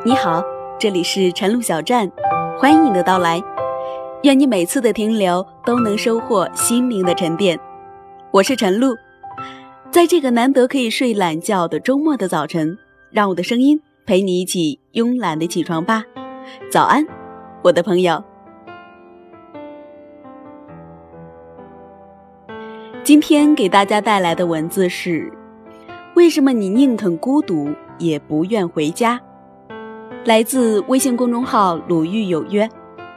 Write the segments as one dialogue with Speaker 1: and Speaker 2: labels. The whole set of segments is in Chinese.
Speaker 1: 你好，这里是晨露小站，欢迎你的到来。愿你每次的停留都能收获心灵的沉淀。我是晨露，在这个难得可以睡懒觉的周末的早晨，让我的声音陪你一起慵懒的起床吧。早安，我的朋友。今天给大家带来的文字是：为什么你宁肯孤独也不愿回家？来自微信公众号鲁豫有约。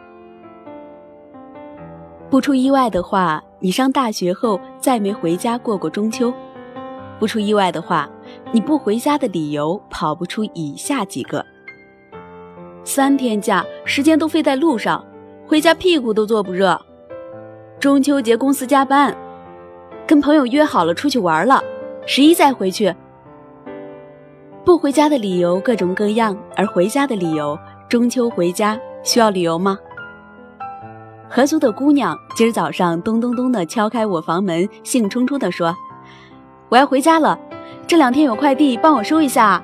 Speaker 1: 不出意外的话，你上大学后再没回家过过中秋。不出意外的话，你不回家的理由跑不出以下几个：3天假，时间都飞在路上，回家屁股都坐不热；中秋节公司加班；跟朋友约好了出去玩了，11再回去。不回家的理由各种各样，而回家的理由，中秋回家需要理由吗？合租的姑娘今儿早上咚咚咚地敲开我房门，兴冲冲地说：我要回家了，这2天有快递，帮我收一下。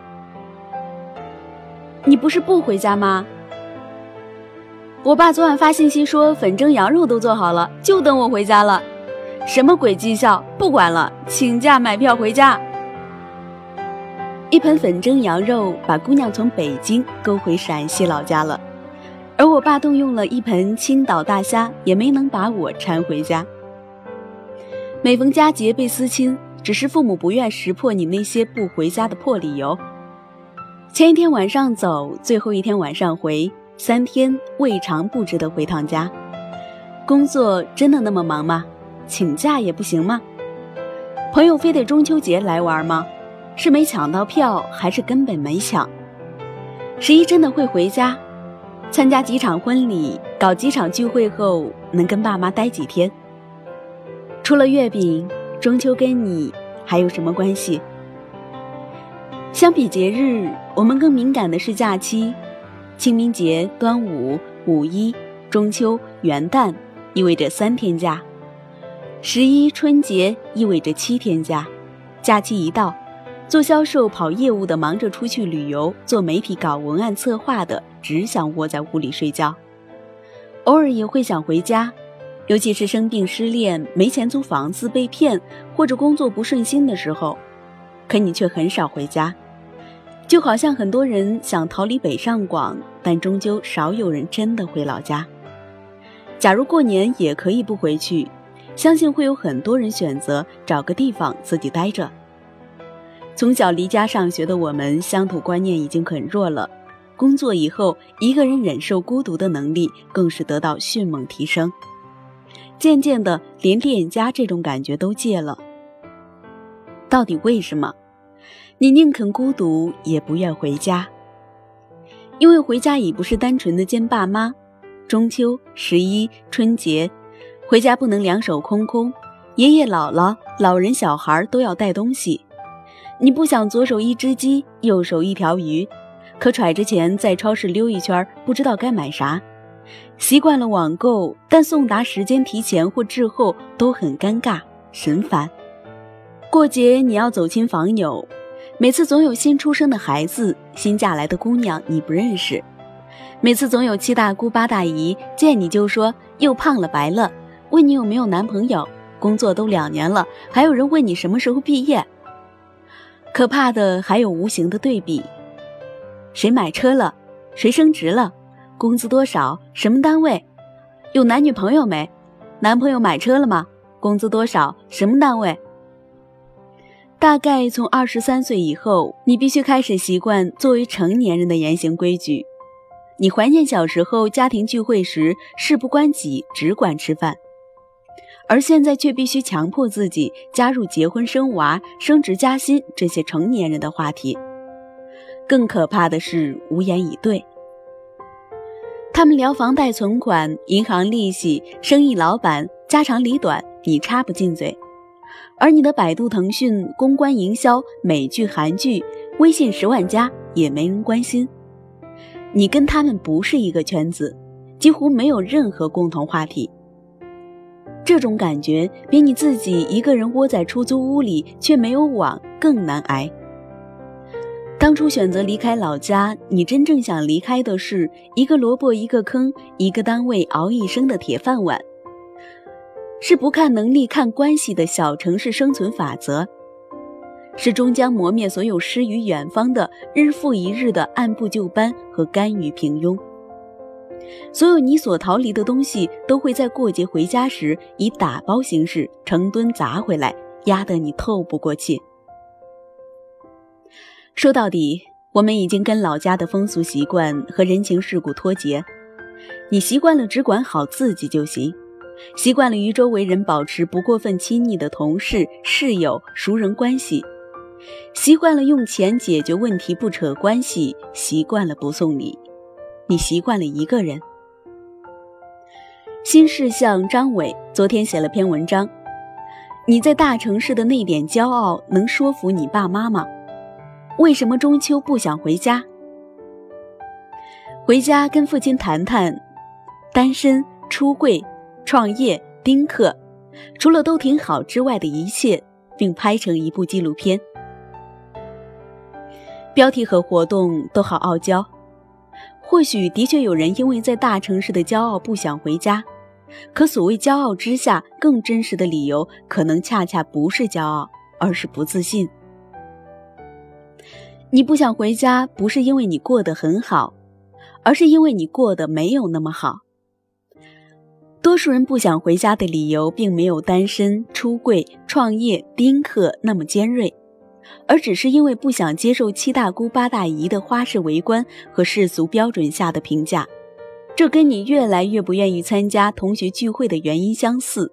Speaker 1: 你不是不回家吗？我爸昨晚发信息说粉蒸羊肉都做好了，就等我回家了。什么鬼绩效，不管了，请假买票回家。一盆粉蒸羊肉把姑娘从北京勾回陕西老家了，而我爸动用了一盆青岛大虾，也没能把我搀回家。每逢佳节倍思亲，只是父母不愿识破你那些不回家的破理由。前一天晚上走，最后一天晚上回，3天未尝不值得回趟家。工作真的那么忙吗？请假也不行吗？朋友非得中秋节来玩吗？是没抢到票，还是根本没抢？11真的会回家？参加几场婚礼，搞几场聚会后，能跟爸妈待几天？除了月饼，中秋跟你还有什么关系？相比节日，我们更敏感的是假期。清明节、端午、5一、中秋、元旦意味着3天假，11春节意味着7天假。假期一到，做销售跑业务的忙着出去旅游，做媒体搞文案策划的只想窝在屋里睡觉。偶尔也会想回家，尤其是生病失恋，没钱租房子，被骗，或者工作不顺心的时候，可你却很少回家。就好像很多人想逃离北上广，但终究少有人真的回老家。假如过年也可以不回去，相信会有很多人选择找个地方自己待着。从小离家上学的我们，乡土观念已经很弱了，工作以后，一个人忍受孤独的能力更是得到迅猛提升。渐渐的，连恋家这种感觉都戒了。到底为什么？你宁肯孤独也不愿回家？因为回家已不是单纯的见爸妈，中秋、11、春节，回家不能两手空空，爷爷姥姥、老人小孩都要带东西。你不想左手1只鸡，右手1条鱼，可揣着钱在超市溜一圈，不知道该买啥。习惯了网购，但送达时间提前或滞后都很尴尬神烦。过节你要走亲访友，每次总有新出生的孩子，新嫁来的姑娘你不认识。每次总有7大姑8大姨见你就说又胖了白了，问你有没有男朋友，工作都2年了，还有人问你什么时候毕业。可怕的还有无形的对比，谁买车了，谁升职了，工资多少，什么单位，有男女朋友没，男朋友买车了吗，工资多少，什么单位。大概从23岁以后，你必须开始习惯作为成年人的言行规矩。你怀念小时候家庭聚会时，事不关己，只管吃饭，而现在却必须强迫自己加入结婚生娃、升职加薪这些成年人的话题。更可怕的是无言以对。他们聊房贷存款、银行利息、生意老板、家长里短，你插不进嘴。而你的百度、腾讯、公关营销、美剧、韩剧、微信10万加也没人关心。你跟他们不是一个圈子，几乎没有任何共同话题。这种感觉比你自己一个人窝在出租屋里却没有网更难挨。 当初选择离开老家，你真正想离开的是一个萝卜一个坑，一个单位熬一生的铁饭碗，是不看能力看关系的小城市生存法则，是终将磨灭所有诗与远方的日复一日的按部就班和甘于平庸。所有你所逃离的东西都会在过节回家时以打包形式成吨砸回来，压得你透不过气。说到底，我们已经跟老家的风俗习惯和人情世故脱节。你习惯了只管好自己就行，习惯了与周围人保持不过分亲昵的同事、室友、熟人关系，习惯了用钱解决问题不扯关系，习惯了不送礼，你习惯了一个人。新事项张伟昨天写了篇文章，你在大城市的那点骄傲能说服你爸妈吗？为什么中秋不想回家？回家跟父亲谈谈单身、出柜、创业、丁克，除了都挺好之外的一切，并拍成一部纪录片。标题和活动都好傲娇，或许的确有人因为在大城市的骄傲不想回家，可所谓骄傲之下更真实的理由，可能恰恰不是骄傲，而是不自信。你不想回家，不是因为你过得很好，而是因为你过得没有那么好。多数人不想回家的理由，并没有单身、出柜、创业、丁克那么尖锐，而只是因为不想接受七大姑八大姨的花式围观和世俗标准下的评价。这跟你越来越不愿意参加同学聚会的原因相似。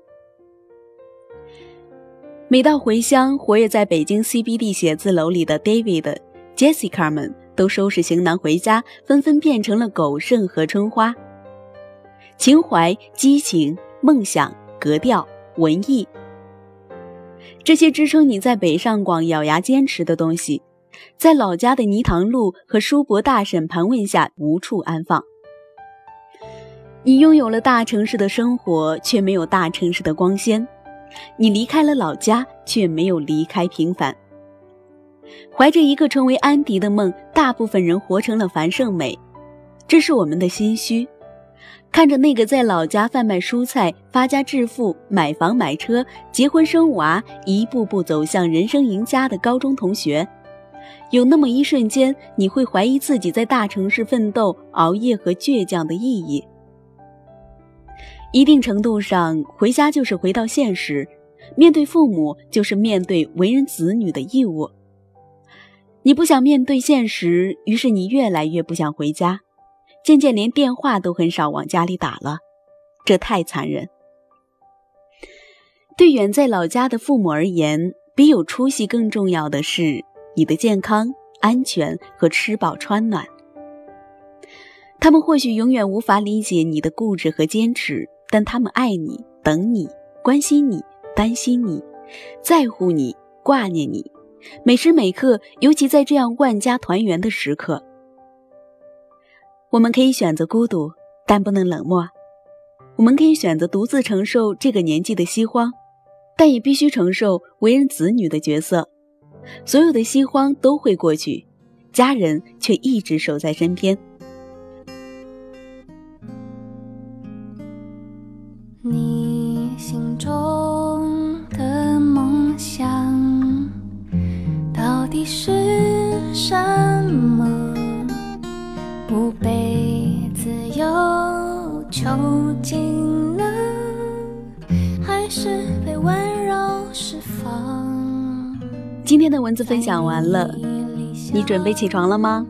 Speaker 1: 每到回乡，活跃在北京 CBD 写字楼里的 David、Jessica 们都收拾行囊回家，纷纷变成了狗剩和春花。情怀、激情、梦想、格调、文艺，这些支撑你在北上广咬牙坚持的东西，在老家的泥塘路和叔伯大婶盘问下无处安放。你拥有了大城市的生活，却没有大城市的光鲜；你离开了老家，却没有离开平凡。怀着一个成为安迪的梦，大部分人活成了樊胜美，这是我们的心虚。看着那个在老家贩卖蔬菜、发家致富、买房买车、结婚生娃，一步步走向人生赢家的高中同学，有那么一瞬间，你会怀疑自己在大城市奋斗、熬夜和倔强的意义。一定程度上，回家就是回到现实，面对父母就是面对为人子女的义务。你不想面对现实，于是你越来越不想回家，渐渐连电话都很少往家里打了，这太残忍。对远在老家的父母而言，比有出息更重要的是你的健康、安全和吃饱穿暖。他们或许永远无法理解你的固执和坚持，但他们爱你、等你、关心你、担心你、在乎你、挂念你，每时每刻，尤其在这样万家团圆的时刻。我们可以选择孤独，但不能冷漠；我们可以选择独自承受这个年纪的饥荒，但也必须承受为人子女的角色。所有的饥荒都会过去，家人却一直守在身边。
Speaker 2: 你心中的梦想到底是什么？不被自由囚禁呢，还是被温柔释放？
Speaker 1: 今天的文字分享完了，你准备起床了吗？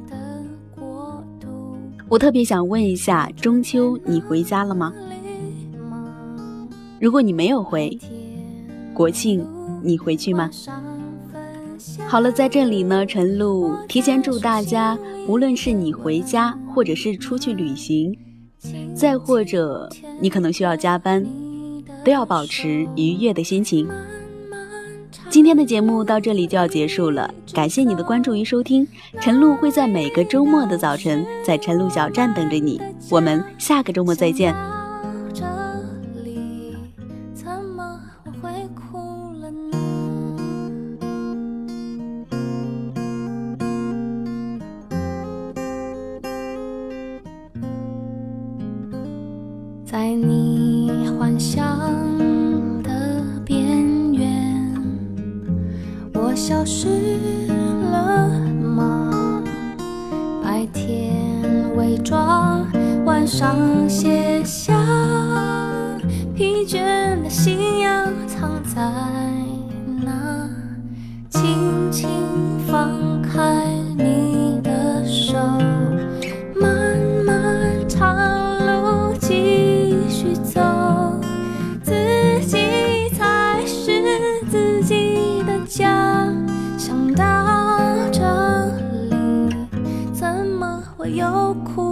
Speaker 1: 我特别想问一下，中秋你回家了吗？如果你没有回，国庆你回去吗？好了，在这里呢，晨露提前祝大家，无论是你回家，或者是出去旅行，再或者你可能需要加班，都要保持愉悦的心情。今天的节目到这里就要结束了，感谢你的关注与收听。晨露会在每个周末的早晨在晨露小站等着你，我们下个周末再见。
Speaker 2: 上写下疲倦的信仰，藏在那，轻轻放开你的手，漫漫长路继续走，自己才是自己的家。想到这里，怎么会有哭？